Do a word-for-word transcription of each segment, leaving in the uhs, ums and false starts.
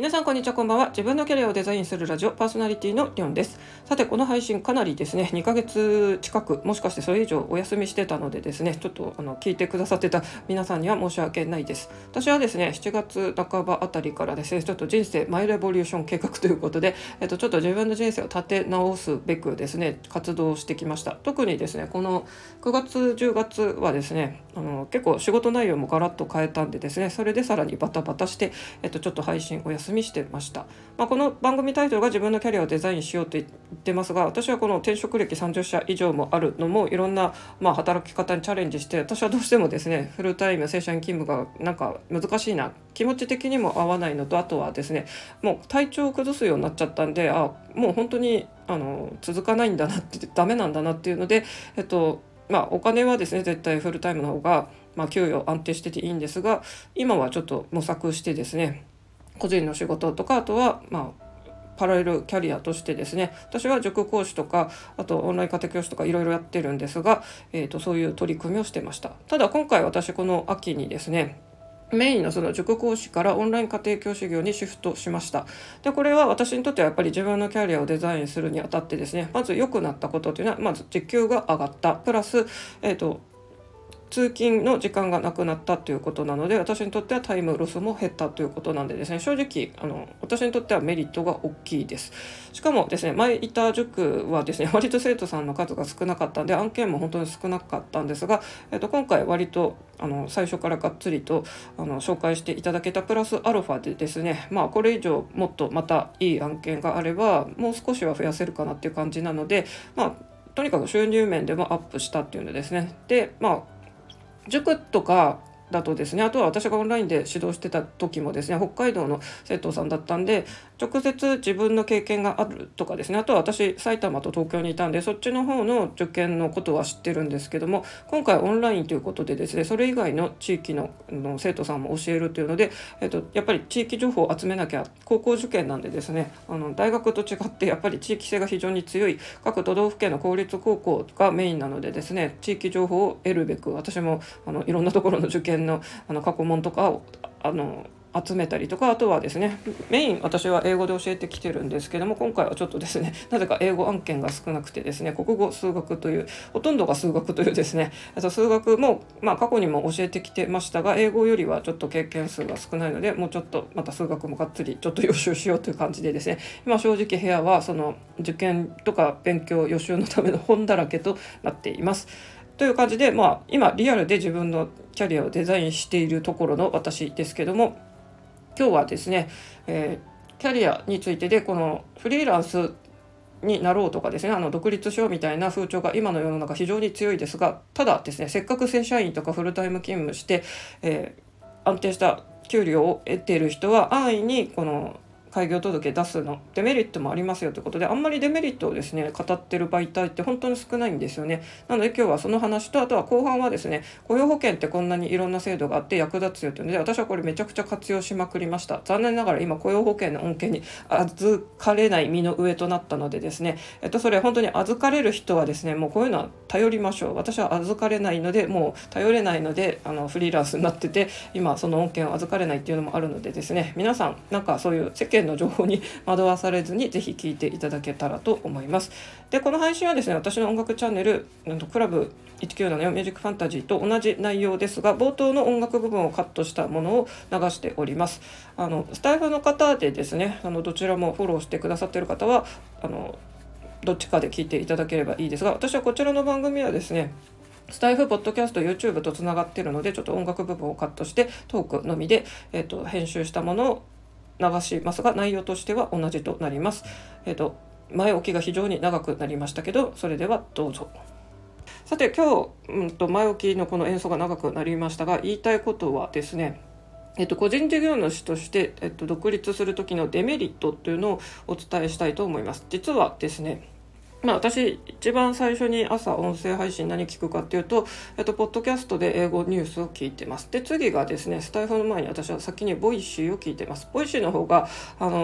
皆さんこんにちは、こんばんは。自分のキャリアをデザインするラジオパーソナリティのりょんです。さて、この配信かなりですねにかげつ近く、もしかしてそれ以上お休みしてたのでですね、ちょっとあの聞いてくださってた皆さんには申し訳ないです。私はですねしちがつなかばあたりからですね、ちょっと人生マイレボリューション計画ということで、えっと、ちょっと自分の人生を立て直すべくですね活動してきました。特にですねこのくがつじゅうがつはですねあの結構仕事内容もガラッと変えたんでですね、それでさらにバタバタして、えっと、ちょっと配信お休みしてました。まあ、この番組タイトルが自分のキャリアをデザインしようと言ってますが、私はこの転職歴さんじゅっしゃ以上もあるのもいろんな、まあ、働き方にチャレンジして、私はどうしてもですねフルタイム正社員勤務がなんか難しいな、気持ち的にも合わないのと、あとはですねもう体調を崩すようになっちゃったんで、あもう本当にあの続かないんだなって、ダメなんだなっていうので、えっとまあ、お金はですね絶対フルタイムの方が、まあ、給与安定してていいんですが、今はちょっと模索してですね個人の仕事とか、あとはまあパラレルキャリアとしてですね、私は塾講師とか、あとオンライン家庭教師とかいろいろやってるんですが、えーと、そういう取り組みをしてました。ただ今回私この秋にですねメインのその塾講師からオンライン家庭教師業にシフトしました。でこれは私にとってはやっぱり自分のキャリアをデザインするにあたってですね、まず良くなったことというのは、まず時給が上がった、プラス、えーと通勤の時間がなくなったということなので、私にとってはタイムロスも減ったということなんでですね、正直あの私にとってはメリットが大きいです。しかもですね、前いた塾はですね割と生徒さんの数が少なかったんで、案件も本当に少なかったんですが、えっと、今回割とあの最初からがっつりとあの紹介していただけたプラスアルファでですね、まあこれ以上もっとまたいい案件があればもう少しは増やせるかなっていう感じなので、まあとにかく収入面でもアップしたっていうのですね。でまあ塾とかだとですね、あとは私がオンラインで指導してた時もですね北海道の生徒さんだったんで、直接自分の経験があるとかですね、あとは私埼玉と東京にいたんでそっちの方の受験のことは知ってるんですけども、今回オンラインということでですね、それ以外の地域 の, の生徒さんも教えるというので、えっと、やっぱり地域情報を集めなきゃ、高校受験なんでですね、あの大学と違ってやっぱり地域性が非常に強い各都道府県の公立高校がメインなのでですね、地域情報を得るべく私もあのいろんなところの受験のあの過去問とかをあの集めたりとか、あとはですねメイン私は英語で教えてきてるんですけども、今回はちょっとですねなぜか英語案件が少なくてですね、国語数学というほとんどが数学というですね、あと数学もまあ過去にも教えてきてましたが、英語よりはちょっと経験数が少ないので、もうちょっとまた数学もがっつりちょっと予習しようという感じでですね、今正直部屋はその受験とか勉強予習のための本だらけとなっていますという感じで、まあ、今リアルで自分のキャリアをデザインしているところの私ですけども、今日はですね、えー、キャリアについてで、このフリーランスになろうとかですね、あの独立しようみたいな風潮が今の世の中非常に強いですが、ただですねせっかく正社員とかフルタイム勤務して、えー、安定した給料を得ている人は安易にこの開業届出すのデメリットもありますよということで、あんまりデメリットをですね語ってる媒体って本当に少ないんですよね。なので今日はその話と、あとは後半はですね、雇用保険ってこんなにいろんな制度があって役立つよというので、私はこれめちゃくちゃ活用しまくりました。残念ながら今雇用保険の恩恵に預かれない身の上となったのでですね、えっとそれ本当に預かれる人はですねもうこういうのは頼りましょう。私は預かれないので、もう頼れないのであのフリーランスになってて、今その恩恵を預かれないっていうのもあるのでですね、皆さんなんかそういう世間の情報に惑わされずにぜひ聞いていただけたらと思います。でこの配信はですね、私の音楽チャンネルクラブいちきゅうななよんミュージックファンタジーと同じ内容ですが、冒頭の音楽部分をカットしたものを流しております。あのスタイフの方でですね、あのどちらもフォローしてくださっている方はあのどっちかで聞いていただければいいですが、私はこちらの番組はですねスタイフ、ポッドキャスト、YouTube とつながっているので、ちょっと音楽部分をカットしてトークのみで、えーと、編集したものを流しますが、内容としては同じとなります。えーと、前置きが非常に長くなりましたけど、それではどうぞ。さて今日、うん、と前置きのこの演奏が長くなりましたが、言いたいことはですね、えっと、個人事業主として、えっと、独立する時のデメリットというのをお伝えしたいと思います。実はですね、まあ、私一番最初に朝音声配信何聞くかっていうと、えっと、ポッドキャストで英語ニュースを聞いてます。で次がですね、スタイフの前に私は先にボイシーを聞いてます。ボイシーの方があの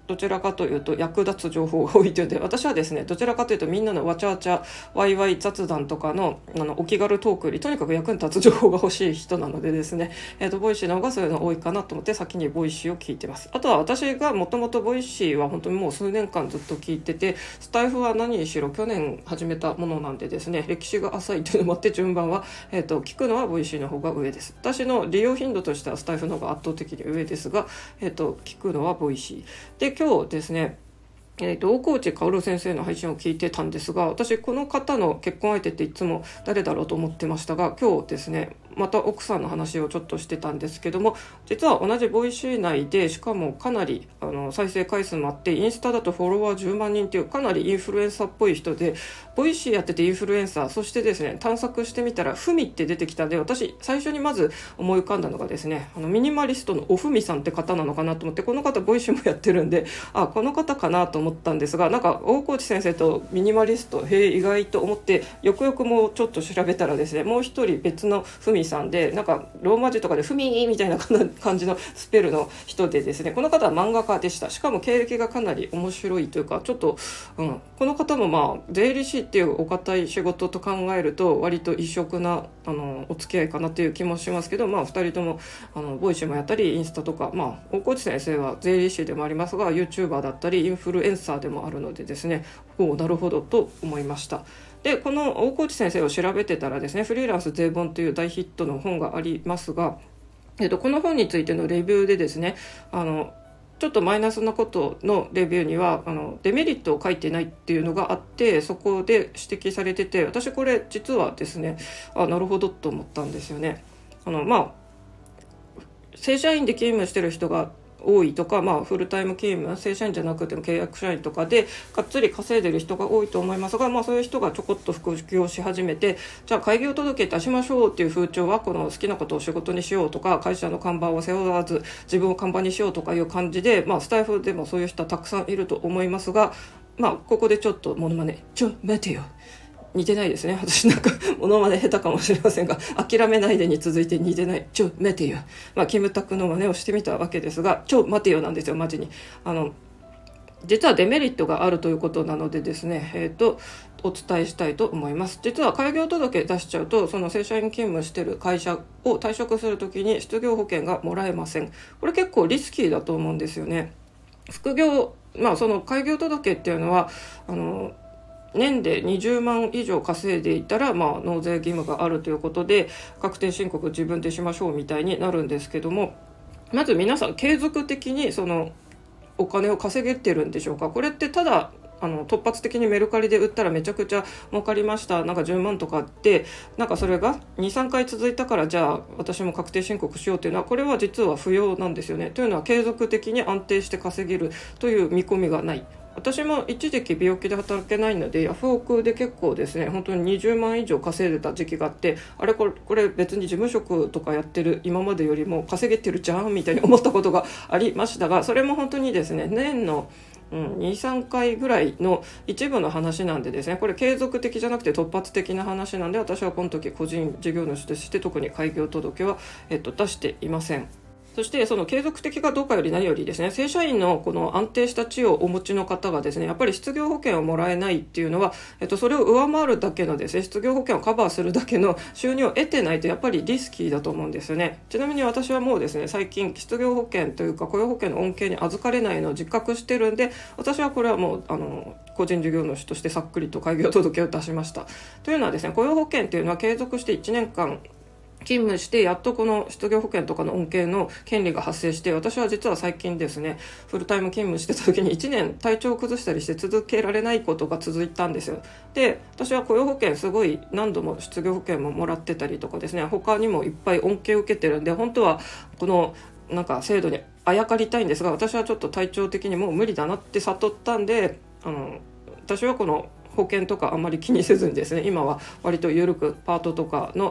どちらかというと役立つ情報が多いというので、私はですねどちらかというとみんなのわちゃわちゃワイワイ雑談とかのあのお気軽トークよりとにかく役に立つ情報が欲しい人なのでですね、えーと、ボイシーの方がそういうの多いかなと思って先にボイシーを聞いてます。あとは私がもともとボイシーは本当にもう数年間ずっと聞いてて、スタイフは何にしろ去年始めたものなんでですね、歴史が浅いというのもあって順番は、えーと、聞くのはボイシーの方が上です。私の利用頻度としてはスタイフの方が圧倒的に上ですが、えーと、聞くのはボイシーで、今日ですねえー、と大河内薫先生の配信を聞いてたんですが、私この方の結婚相手っていつも誰だろうと思ってましたが、今日ですねまた奥さんの話をちょっとしてたんですけども、実は同じボイシー内でしかもかなりあの再生回数もあって、インスタだとフォロワーじゅうまんにんというかなりインフルエンサーっぽい人で、ボイシーやっててインフルエンサー、そしてですね探索してみたらふみって出てきたんで、私最初にまず思い浮かんだのがですね、あのミニマリストのおふみさんって方なのかなと思って、この方ボイシーもやってるんで、あこの方かなと思ったんですが、なんか大河内先生とミニマリスト、へえ意外と思ってよくよくもうちょっと調べたらですね、もう一人別のふみさんで、なんかローマ字とかでふみみたいな感じのスペルの人でですね、この方は漫画家でした。しかも経歴がかなり面白いというか、ちょっと、うん、この方もまあ税理士っていうお堅い仕事と考えると割と異色なあのお付き合いかなという気もしますけど、まあふたりともあのボイシーもやったりインスタとか、まあ大河内先生は税理士でもありますが YouTuber だったりインフルエンサーでもあるのでですね、おなるほどと思いました。でこの大河内先生を調べてたらですね、フリーランス税本という大ヒットの本がありますが、えっと、この本についてのレビューでですね、あのちょっとマイナスなことのレビューにはあのデメリットを書いてないっていうのがあって、そこで指摘されてて、私これ実はですね、あなるほどと思ったんですよね。あのまあ正社員で勤務してる人が多いとか、まあ、フルタイム勤務、正社員じゃなくても契約社員とかでがっつり稼いでる人が多いと思いますが、まあ、そういう人がちょこっと副業し始めて、じゃあ開業届出しましょうっていう風潮は、この好きなことを仕事にしようとか、会社の看板を背負わず自分を看板にしようとかいう感じで、まあ、スタイフでもそういう人はたくさんいると思いますが、まあ、ここでちょっとモノマネちょ待てよ、似てないですね。私なんかモノマネ下手かもしれませんが、諦めないでに続いて似てない、ちょ待てよ、まあキムタクの真似をしてみたわけですが、ちょ待てよなんですよ。マジにあの実はデメリットがあるということなのでですね、えーとお伝えしたいと思います。実は開業届出しちゃうと、その正社員勤務してる会社を退職するときに失業保険がもらえません。これ結構リスキーだと思うんですよね。副業、まあその開業届っていうのはあの年でにじゅうまん以上稼いでいたら、まあ、納税義務があるということで確定申告自分でしましょうみたいになるんですけども、まず皆さん継続的にそのお金を稼げてるんでしょうか。これってただあの突発的にメルカリで売ったらめちゃくちゃ儲かりました、なんかじゅうまんとかって、なんかそれが にさんかい続いたからじゃあ私も確定申告しようっていうのは、これは実は不要なんですよね。というのは継続的に安定して稼げるという見込みがない。私も一時期病気で働けないのでヤフオクで結構ですね、本当ににじゅうまん以上稼いでた時期があって、あれこれこれ別に事務職とかやってる今までよりも稼げてるじゃんみたいに思ったことがありましたが、それも本当にですね年のうん、にさんかいぐらいの一部の話なんでですね、これ継続的じゃなくて突発的な話なんで、私はこの時個人事業主として特に開業届は、えっと、出していません。そしてその継続的かどうかより何よりですね、正社員のこの安定した地位をお持ちの方がですね、やっぱり失業保険をもらえないっていうのは、えっと、それを上回るだけのですね、失業保険をカバーするだけの収入を得てないとやっぱりリスキーだと思うんですよね。ちなみに私はもうですね、最近失業保険というか雇用保険の恩恵に預かれないのを自覚してるんで、私はこれはもうあの個人事業主としてさっくりと開業届を出しました。というのはですね、雇用保険っていうのは継続していちねんかん勤務してやっとこの失業保険とかの恩恵の権利が発生して、私は実は最近ですねフルタイム勤務してた時にいちねん体調を崩したりして続けられないことが続いたんですよ。で私は雇用保険すごい何度も失業保険ももらってたりとかですね、他にもいっぱい恩恵を受けてるんで、本当はこのなんか制度にあやかりたいんですが、私はちょっと体調的にもう無理だなって悟ったんで、あの私はこの保険とかあんまり気にせずにですね、今は割と緩くパートとかの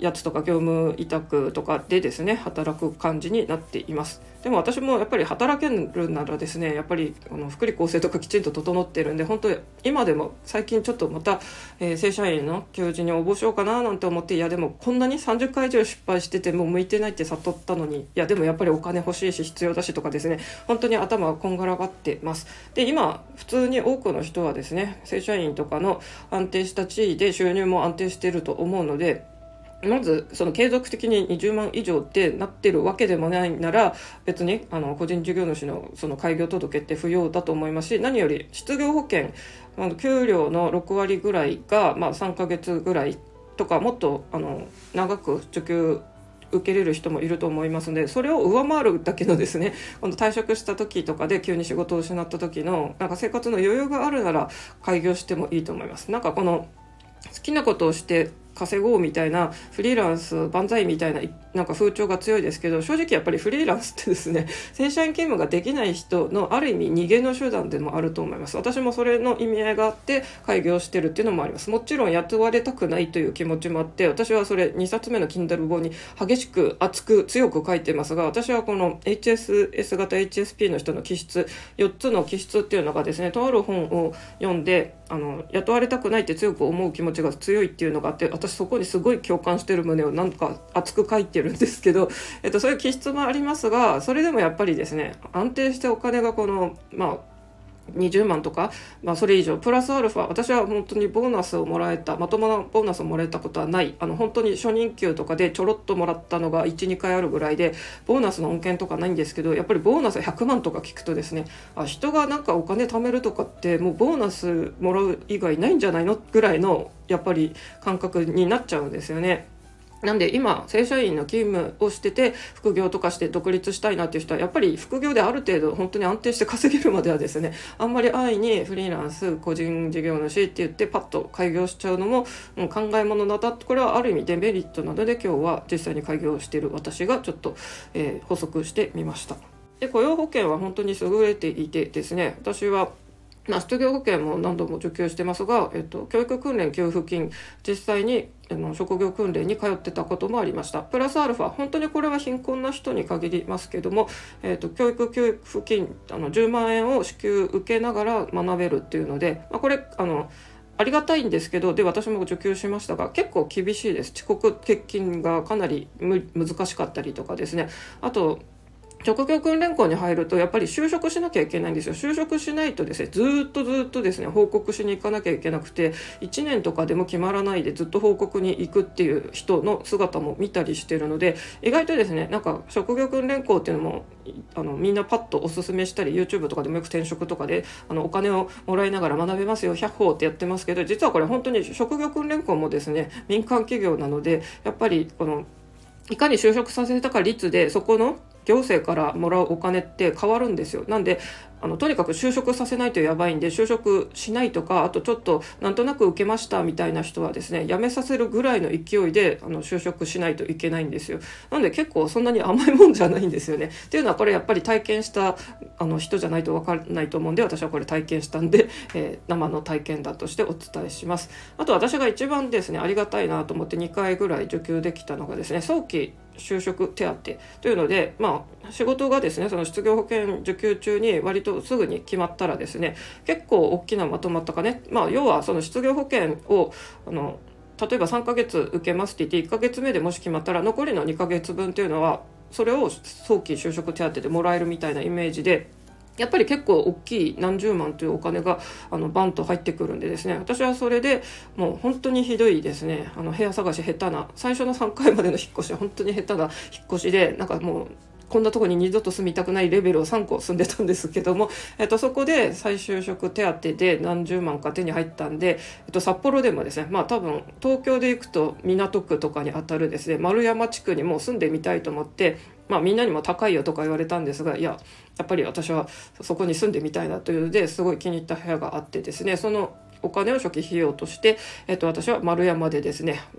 やつとか業務委託とかでですね働く感じになっています。でも私もやっぱり働けるならですねやっぱりあの福利厚生とかきちんと整ってるんで、本当に今でも最近ちょっとまた、えー、正社員の求人に応募しようかななんて思って、いやでもこんなにさんじゅっかい以上失敗しててもう向いてないって悟ったのに、いやでもやっぱりお金欲しいし必要だしとかですね、本当に頭がこんがらがってます。で今普通に多くの人はですね正社員とかの安定した地位で収入も安定していると思うので、まずその継続的ににじゅうまん以上ってなってるわけでもないなら、別にあの個人事業主のその開業届って不要だと思いますし、何より失業保険、あの給料のろくわりぐらいが、まあ、さんかげつぐらいとかもっとあの長く受給受けれる人もいると思いますので、それを上回るだけのですね、この退職した時とかで急に仕事を失った時のなんか生活の余裕があるなら開業してもいいと思います。なんかこの好きなことをして稼ごうみたいなフリーランス万歳みたいななんか風潮が強いですけど、正直やっぱりフリーランスってですね正社員勤務ができない人のある意味逃げの手段でもあると思います。私もそれの意味合いがあって開業してるっていうのもあります。もちろん雇われたくないという気持ちもあって、私はそれにさつめの Kindle 本に激しく熱く強く書いてますが、私はこの エイチエスエス 型 エイチエスピー の人の気質よっつの気質っていうのがですね、とある本を読んであの雇われたくないって強く思う気持ちが強いっていうのがあって、私そこにすごい共感してる旨をなんか熱く書いてるんですけど、えっと、そういう気質もありますが、それでもやっぱりですね安定してお金がこのまあにじゅうまんとか、まあ、それ以上プラスアルファ、私は本当にボーナスをもらえたまともなボーナスをもらえたことはない、あの本当に初任給とかでちょろっともらったのが いち,に 回あるぐらいで、ボーナスの恩恵とかないんですけど、やっぱりボーナスひゃくまんとか聞くとですね、あ人がなんかお金貯めるとかってもうボーナスもらう以外ないんじゃないのぐらいのやっぱり感覚になっちゃうんですよね。なんで今正社員の勤務をしてて副業とかして独立したいなっていう人はやっぱり副業である程度本当に安定して稼げるまではですね、あんまり安易にフリーランス個人事業主って言ってパッと開業しちゃうのも、うん、考え物だと、これはある意味デメリットなので、今日は実際に開業している私がちょっと、えー、補足してみました。で雇用保険は本当に優れていてですね、私はまあ、失業保険も何度も受給してますが、えっと、教育訓練給付金実際にあの職業訓練に通ってたこともありました。プラスアルファ、本当にこれは貧困な人に限りますけども、えっと、教育給付金あのじゅうまんえんを支給受けながら学べるっていうので、まあ、これあのありがたいんですけど、で私も受給しましたが結構厳しいです。遅刻欠勤がかなりむ難しかったりとかですね、あと職業訓練校に入るとやっぱり就職しなきゃいけないんですよ。就職しないとですねずっとずっとですね報告しに行かなきゃいけなくて、いちねんとかでも決まらないでずっと報告に行くっていう人の姿も見たりしてるので、意外とですねなんか職業訓練校っていうのもあのみんなパッとおすすめしたり YouTube とかでもよく転職とかであのお金をもらいながら学べますよひゃっほーってやってますけど、実はこれ本当に職業訓練校もですね民間企業なので、やっぱりこのいかに就職させたか率でそこの行政からもらうお金って変わるんですよ。なんであのとにかく就職させないとやばいんで、就職しないとか、あとちょっとなんとなく受けましたみたいな人はですね辞めさせるぐらいの勢いであの就職しないといけないんですよ。なんで結構そんなに甘いもんじゃないんですよね。っていうのはこれやっぱり体験したあの人じゃないと分からないと思うんで、私はこれ体験したんで、えー、生の体験談としてお伝えします。あと私が一番ですねありがたいなと思ってにかいぐらい受給できたのがですね、早期就職手当というので、まあ、仕事がですねその失業保険受給中に割とすぐに決まったらですね、結構大きなまとまったかね、まあ、要はその失業保険をあの例えばさんかげつ受けますって言っていっかげつめでもし決まったら残りのにかげつぶんというのはそれを早期就職手当でもらえるみたいなイメージで、やっぱり結構大きい何十万というお金があのバンと入ってくるんでですね、私はそれでもう本当にひどいですねあの部屋探し下手な、最初のさんかいまでの引っ越しは本当に下手な引っ越しで、なんかもうこんなとこに二度と住みたくないレベルをさんこ住んでたんですけども、えっと、そこで再就職手当で何十万か手に入ったんで、えっと、札幌でもですね、まあ多分東京で行くと港区とかに当たるですね丸山地区にもう住んでみたいと思って、まあみんなにも高いよとか言われたんですが、いややっぱり私はそこに住んでみたいなというのですごい気に入った部屋があってですね、そのお金を初期費用として、えっと、私は丸山でですね、うん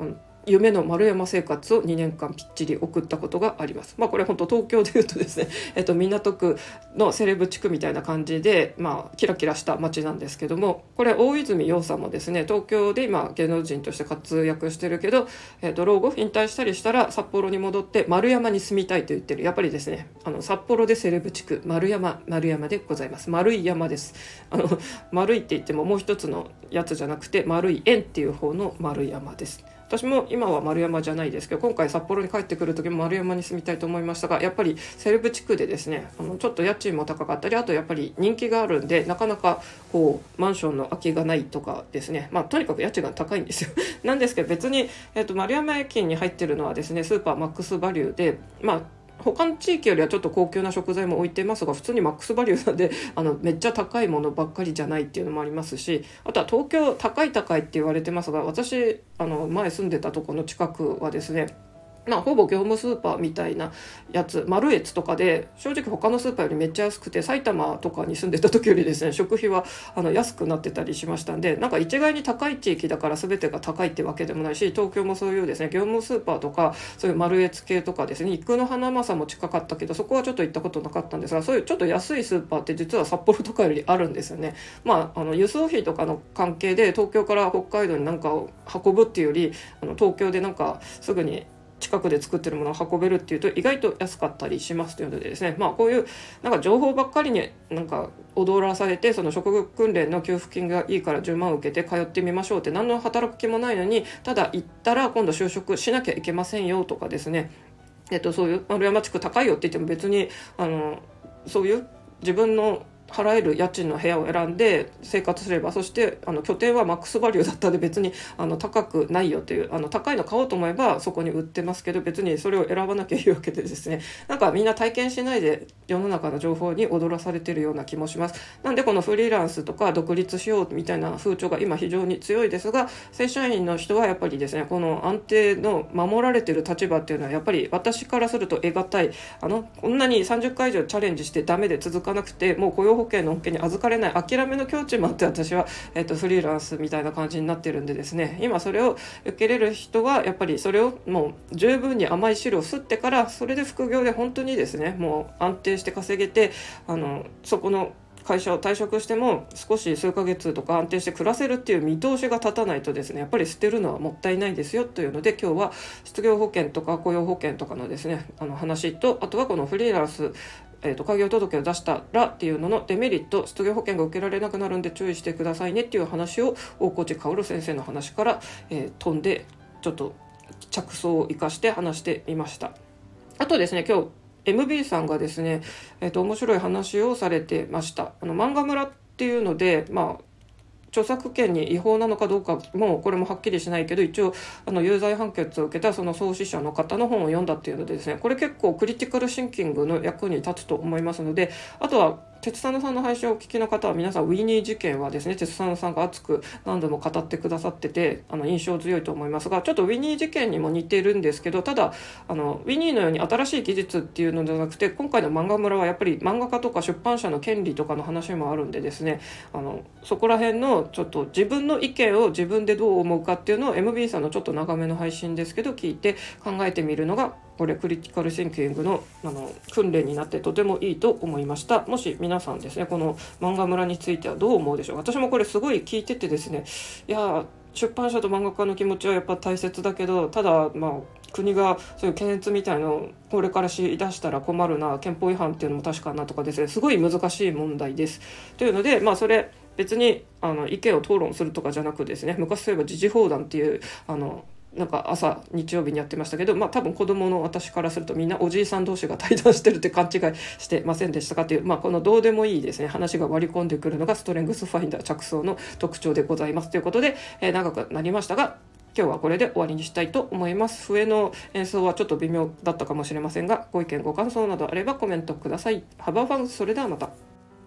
夢の丸山生活をにねんかんぴっちり送ったことがあります。まあこれ本当東京でいうとですね、えっと、港区のセレブ地区みたいな感じで、まあキラキラした街なんですけども、これ大泉洋さんもですね、東京で今芸能人として活躍してるけど、えっと、老後引退したりしたら札幌に戻って丸山に住みたいと言ってる。やっぱりですね、あの札幌でセレブ地区丸山丸山でございます。丸い山です。あの丸いって言ってももう一つのやつじゃなくて丸い円っていう方の丸山です。私も今は丸山じゃないですけど、今回札幌に帰ってくる時も丸山に住みたいと思いましたが、やっぱりセレブ地区でですね、あのちょっと家賃も高かったり、あとやっぱり人気があるんで、なかなかこうマンションの空きがないとかですね、まあとにかく家賃が高いんですよなんですけど別に、えーと、丸山駅に入ってるのはですね、スーパーマックスバリューで、まあ他の地域よりはちょっと高級な食材も置いてますが、普通にマックスバリューなんで、あのめっちゃ高いものばっかりじゃないっていうのもありますし、あとは東京高い高いって言われてますが、私あの前住んでたところの近くはですね、まあ、ほぼ業務スーパーみたいなやつ、マルエツとかで正直他のスーパーよりめっちゃ安くて、埼玉とかに住んでた時よりですね、食費はあの安くなってたりしましたんで、なんか一概に高い地域だから全てが高いってわけでもないし、東京もそういうですね、業務スーパーとかそういうマルエツ系とかですね、生野花正も近かったけどそこはちょっと行ったことなかったんですが、そういうちょっと安いスーパーって実は札幌とかよりあるんですよね。まあ、あの輸送費とかの関係で東京から北海道になんかを運ぶっていうより、あの東京でなんかすぐに近くで作ってるものを運べるっていうと意外と安かったりしますというのでですね、まあこういうなんか情報ばっかりになんか踊らされて、その職業訓練の給付金がいいからじゅうまん受けて通ってみましょうって、何の働く気もないのに、ただ行ったら今度就職しなきゃいけませんよとかですね、えっとそういう丸山地区高いよって言っても別にあのそういう自分の払える家賃の部屋を選んで生活すれば、そしてあの拠点はマックスバリューだったんで別にあの高くないよという、あの高いの買おうと思えばそこに売ってますけど、別にそれを選ばなきゃいいわけでですね、なんかみんな体験しないで世の中の情報に踊らされてるような気もします。なんでこのフリーランスとか独立しようみたいな風潮が今非常に強いですが、正社員の人はやっぱりですね、この安定の守られてる立場っていうのはやっぱり私からすると得難い。あのこんなにさんじゅっかい以上チャレンジしてダメで続かなくて、もう雇用保険の保険に預かれない諦めの境地もあって、私は、えっと、フリーランスみたいな感じになってるんでですね、今それを受けれる人はやっぱりそれをもう十分に甘い汁を吸ってから、それで副業で本当にですね、もう安定して稼げて、あのそこの会社を退職しても少し数ヶ月とか安定して暮らせるっていう見通しが立たないとですね、やっぱり捨てるのはもったいないですよというので、今日は失業保険とか雇用保険とかのですね、あの話と、あとはこのフリーランスえーと、開業届を出したらっていうののデメリット、失業保険が受けられなくなるんで注意してくださいねっていう話を大河内薫先生の話から、えー、飛んでちょっと着想を生かして話してみました。あとですね、今日 エムビー さんがですね、えーと、面白い話をされてました。あの漫画村っていうので、まあ著作権に違法なのかどうかもこれもはっきりしないけど、一応あの有罪判決を受けたその創始者の方の本を読んだっていうのでですね、これ結構クリティカルシンキングの役に立つと思いますので、あとは鉄佐野さんの配信をお聞きの方は皆さんウィニー事件はですね、鉄佐野さんが熱く何度も語ってくださってて、あの印象強いと思いますが、ちょっとウィニー事件にも似ているんですけど、ただあのウィニーのように新しい技術っていうのじゃなくて、今回の漫画村はやっぱり漫画家とか出版社の権利とかの話もあるんでですね、あのそこら辺のちょっと自分の意見を自分でどう思うかっていうのを エムビー さんのちょっと長めの配信ですけど聞いて考えてみるのが、これクリティカルシンキング の, あの訓練になってとてもいいと思いました。もし皆さんですね、この漫画村についてはどう思うでしょう。私もこれすごい聞いててですね、いや出版社と漫画家の気持ちはやっぱ大切だけど、ただまあ国がそういう検閲みたいのをこれからし出したら困るな、憲法違反っていうのも確かなとかですね、すごい難しい問題です。というので、まあそれ別にあの意見を討論するとかじゃなくですね、昔そういえば時事放談っていうあのなんか朝日曜日にやってましたけど、まあ多分子供の私からするとみんなおじいさん同士が対談してるって勘違いしてませんでしたかっていう、まあこのどうでもいいですね話が割り込んでくるのがストレングスファインダー着想の特徴でございますということで、えー、長くなりましたが今日はこれで終わりにしたいと思います。笛の演奏はちょっと微妙だったかもしれませんが、ご意見ご感想などあればコメントください。ハバーファン、それではまた。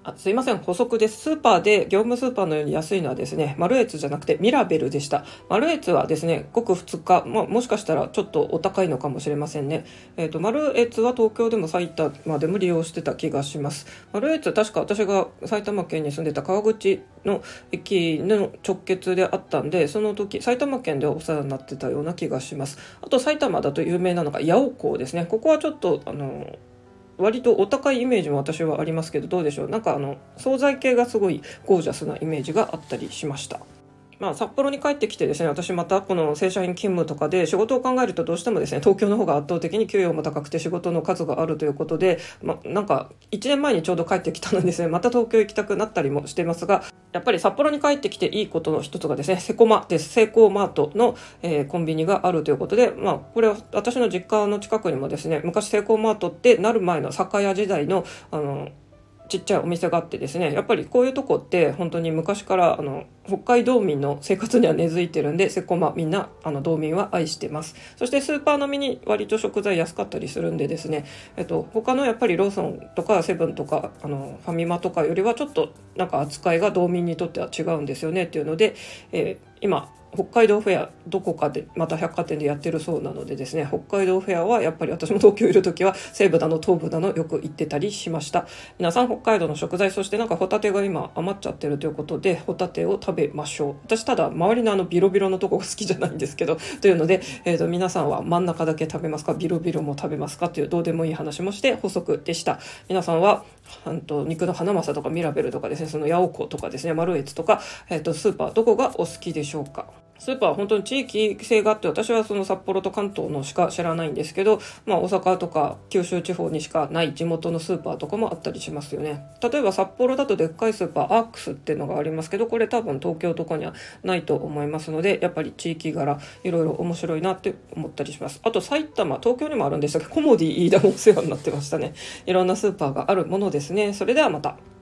あ、すいません、補足です。スーパーで業務スーパーのように安いのはですね、マルエツじゃなくてミラベルでした。マルエツはですね、ごく普通か、まあ、もしかしたらちょっとお高いのかもしれませんね。えっと、マルエツは東京でも埼玉でも利用してた気がします。マルエツ、確か私が埼玉県に住んでた川口の駅の直結であったんで、その時埼玉県でお世話になってたような気がします。あと埼玉だと有名なのが八尾港ですね。ここはちょっとあの割とお高いイメージも私はありますけど、どうでしょう。なんかあの惣菜系がすごいゴージャスなイメージがあったりしました。まあ、札幌に帰ってきてですね、私またこの正社員勤務とかで仕事を考えるとどうしてもですね、東京の方が圧倒的に給与も高くて仕事の数があるということで、まあ、なんかいちねんまえにちょうど帰ってきたのでですね、また東京行きたくなったりもしてますが、やっぱり札幌に帰ってきていいことの一つがですね、セコマです。セイコーマートの、えー、コンビニがあるということで、まあ、これは私の実家の近くにもですね、昔セイコーマートってなる前の酒屋時代のあのちっちゃいお店があってですね、やっぱりこういうとこって本当に昔からあの北海道民の生活には根付いてるんで、セコマみんなあの道民は愛してます。そしてスーパー並みに割と食材安かったりするんでですね、えっと、他のやっぱりローソンとかセブンとかあのファミマとかよりはちょっとなんか扱いが道民にとっては違うんですよねっていうので、えー、今北海道フェアどこかでまた百貨店でやってるそうなのでですね、北海道フェアはやっぱり私も東京いる時は西部だの東部だのよく行ってたりしました。皆さん北海道の食材、そしてなんかホタテが今余っちゃってるということでホタテを食べましょう。私ただ周りのあのビロビロのとこが好きじゃないんですけど、というので、えー、と皆さんは真ん中だけ食べますか、ビロビロも食べますかというどうでもいい話もして補足でした。皆さんはと肉のハナマサとかミラベルとかですね、そのヤオコとかですね、マルエツとか、えー、とスーパーどこがお好きでしょうか。スーパーは本当に地域性があって、私はその札幌と関東のしか知らないんですけど、まあ、大阪とか九州地方にしかない地元のスーパーとかもあったりしますよね。例えば札幌だとでっかいスーパーアークスっていうのがありますけど、これ多分東京とかにはないと思いますので、やっぱり地域柄いろいろ面白いなって思ったりします。あと埼玉、東京にもあるんでしたけど、コモディ飯田もお世話になってましたね。いろんなスーパーがあるものですね。それではまた。